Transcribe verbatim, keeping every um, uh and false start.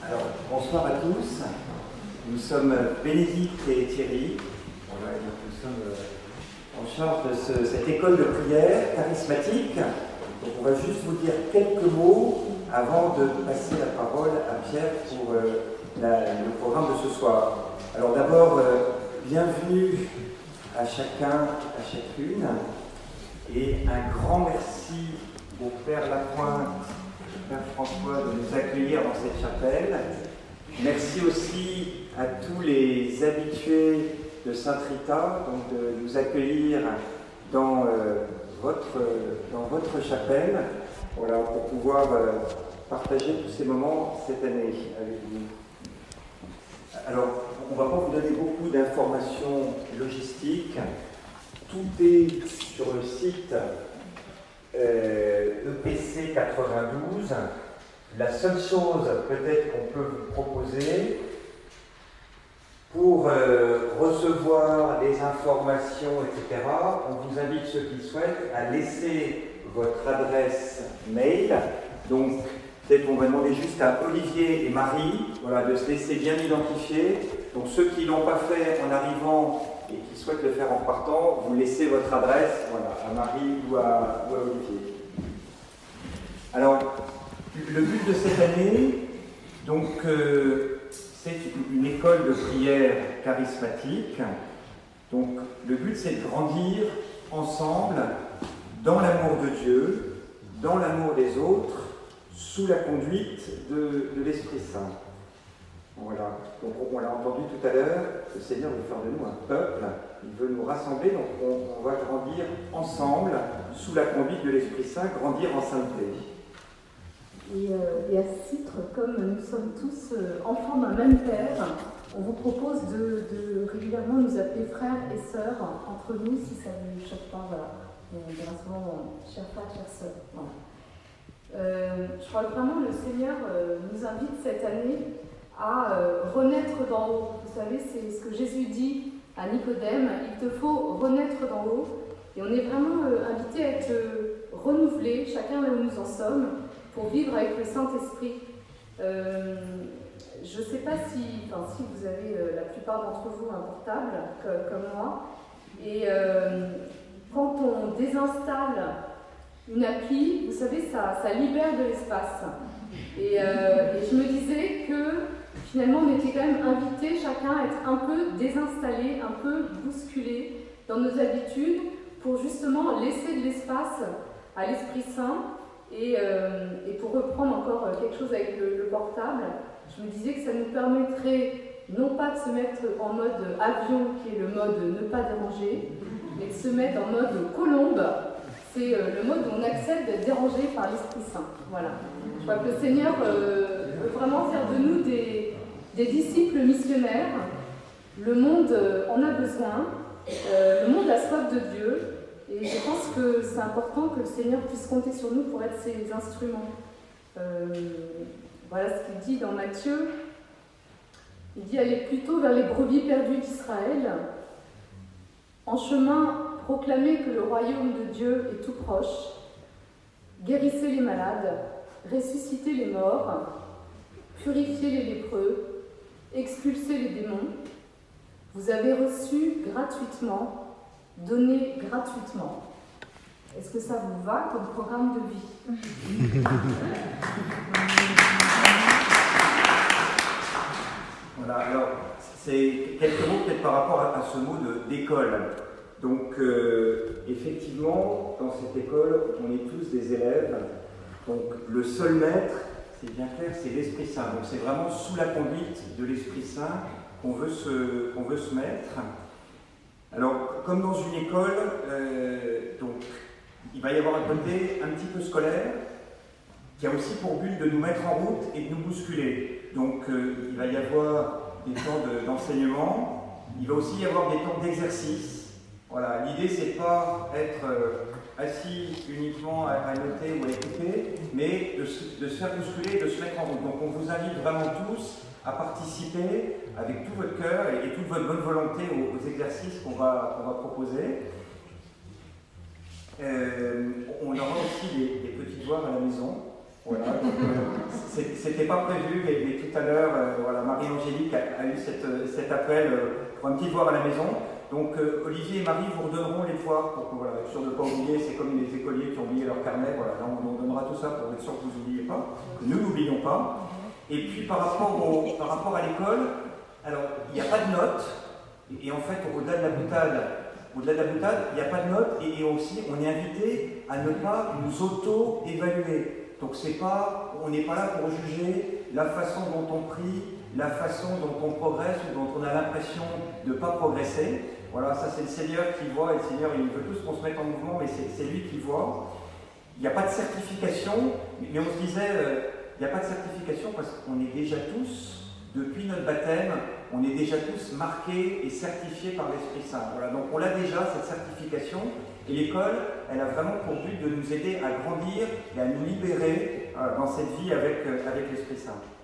Alors, bonsoir à tous. Nous sommes Bénédicte et Thierry. Voilà, et donc nous sommes en charge de ce, cette école de prière charismatique. Donc on va juste vous dire quelques mots avant de passer la parole à Pierre pour euh, la, le programme de ce soir. Alors d'abord, euh, bienvenue à chacun, à chacune. Et un grand merci au Père Lapointe, au Père François, de nous accueillir dans cette chapelle. Merci aussi à tous les habitués de Sainte-Rita, donc de nous accueillir dans, euh, votre, dans votre chapelle, voilà, pour pouvoir euh, partager tous ces moments cette année avec vous. Alors, on ne va pas vous donner beaucoup d'informations logistiques. Tout est sur le site euh, E P C quatre-vingt-douze. La seule chose peut-être qu'on peut vous proposer pour euh, recevoir les informations, et cetera, on vous invite, ceux qui le souhaitent, à laisser votre adresse mail. Donc, peut-être qu'on va demander juste à Olivier et Marie, voilà, de se laisser bien identifier. Donc, ceux qui ne l'ont pas fait en arrivant et qui souhaitent le faire en partant, vous laissez votre adresse, voilà, à Marie ou à, ou à Olivier. Alors, le but de cette année, donc, euh, c'est une école de prière charismatique. Donc, le but, c'est de grandir ensemble dans l'amour de Dieu, dans l'amour des autres, sous la conduite de, de l'Esprit Saint. Voilà. Donc, on l'a entendu tout à l'heure, le Seigneur veut faire de nous un peuple, il veut nous rassembler, donc on, on va grandir ensemble, sous la conduite de l'Esprit Saint, grandir en sainteté. Et, euh, et à ce titre, comme nous sommes tous euh, enfants d'un même Père, on vous propose de, de régulièrement nous appeler frères et sœurs entre nous, si ça ne vous choque pas. Voilà. On dira souvent chers frères, chères sœurs. Voilà. Euh, je crois que vraiment le Seigneur euh, nous invite cette année à euh, renaître d'en haut. Vous savez, c'est ce que Jésus dit à Nicodème, il te faut renaître d'en haut. Et on est vraiment euh, invité à être euh, renouvelés, chacun là où nous en sommes, pour vivre avec le Saint-Esprit. Euh, je ne sais pas si, enfin, si vous avez, euh, la plupart d'entre vous, un portable, que, comme moi, et euh, quand on désinstalle une appli, vous savez, ça, ça libère de l'espace. Et, euh, et je me disais que, finalement, on était quand même invités, chacun, à être un peu désinstallé, un peu bousculé dans nos habitudes, pour justement laisser de l'espace à l'Esprit Saint. Et, euh, et pour reprendre encore quelque chose avec le, le portable, je me disais que ça nous permettrait non pas de se mettre en mode avion, qui est le mode ne pas déranger, mais de se mettre en mode colombe. C'est euh, le mode où on accepte d'être dérangé par l'Esprit Saint. Voilà. Je crois que le Seigneur euh, veut vraiment faire de nous des, des disciples missionnaires. Le monde en a besoin. Euh, le monde a soif de Dieu. Et je pense que c'est important que le Seigneur puisse compter sur nous pour être ses instruments. Euh, voilà ce qu'il dit dans Matthieu. Il dit « Allez plutôt vers les brebis perdues d'Israël. En chemin, proclamez que le royaume de Dieu est tout proche. Guérissez les malades, ressuscitez les morts, purifiez les lépreux, expulsez les démons. Vous avez reçu gratuitement. Donner gratuitement. Est-ce que ça vous va comme programme de vie? Voilà, alors, c'est quelques mots peut-être par rapport à, à ce mot d'école. Donc, euh, effectivement, dans cette école, on est tous des élèves. Donc, le seul maître, c'est bien clair, c'est l'Esprit Saint. Donc, c'est vraiment sous la conduite de l'Esprit Saint qu'on veut se, qu'on veut se mettre. Alors, comme dans une école, euh, donc, il va y avoir un côté un petit peu scolaire, qui a aussi pour but de nous mettre en route et de nous bousculer. Donc, euh, il va y avoir des temps de, d'enseignement, il va aussi y avoir des temps d'exercice. Voilà, l'idée, c'est pas être euh, assis uniquement à, à noter ou à écouter, mais de, de se faire bousculer et de se mettre en route. Donc, on vous invite vraiment tous à participer avec tout votre cœur et, et toute votre bonne volonté aux, aux exercices qu'on va, qu'on va proposer. Euh, on aura aussi des, des petits devoirs à la maison. Voilà, donc, euh, c'est, c'est c'était pas prévu, mais, mais tout à l'heure, euh, voilà, Marie-Angélique a, a eu cette, cet appel euh, pour un petit devoir à la maison. Donc euh, Olivier et Marie vous redonneront les devoirs pour que, voilà, être sûr de ne pas oublier. C'est comme les écoliers qui ont oublié leur carnet. Voilà, là on, on donnera tout ça pour être sûr que vous n'oubliez pas, que nous n'oublions pas. Et puis par rapport, au, par rapport à l'école, alors il n'y a pas de notes. Et, et en fait, au-delà de la boutade, au-delà de la boutade, il n'y a pas de notes. Et, et aussi, on est invité à ne pas nous auto-évaluer. Donc c'est pas, on n'est pas là pour juger la façon dont on prie, la façon dont on progresse ou dont on a l'impression de ne pas progresser. Voilà, ça c'est le Seigneur qui voit, et le Seigneur il veut tous qu'on se mette en mouvement, mais c'est lui qui voit. Il n'y a pas de certification, mais on se disait, euh, il n'y a pas de certification parce qu'on est déjà tous, depuis notre baptême, on est déjà tous marqués et certifiés par l'Esprit Saint. Voilà, donc on a déjà cette certification. Et l'école, elle a vraiment pour but de nous aider à grandir et à nous libérer euh, dans cette vie avec, euh, avec l'Esprit Saint.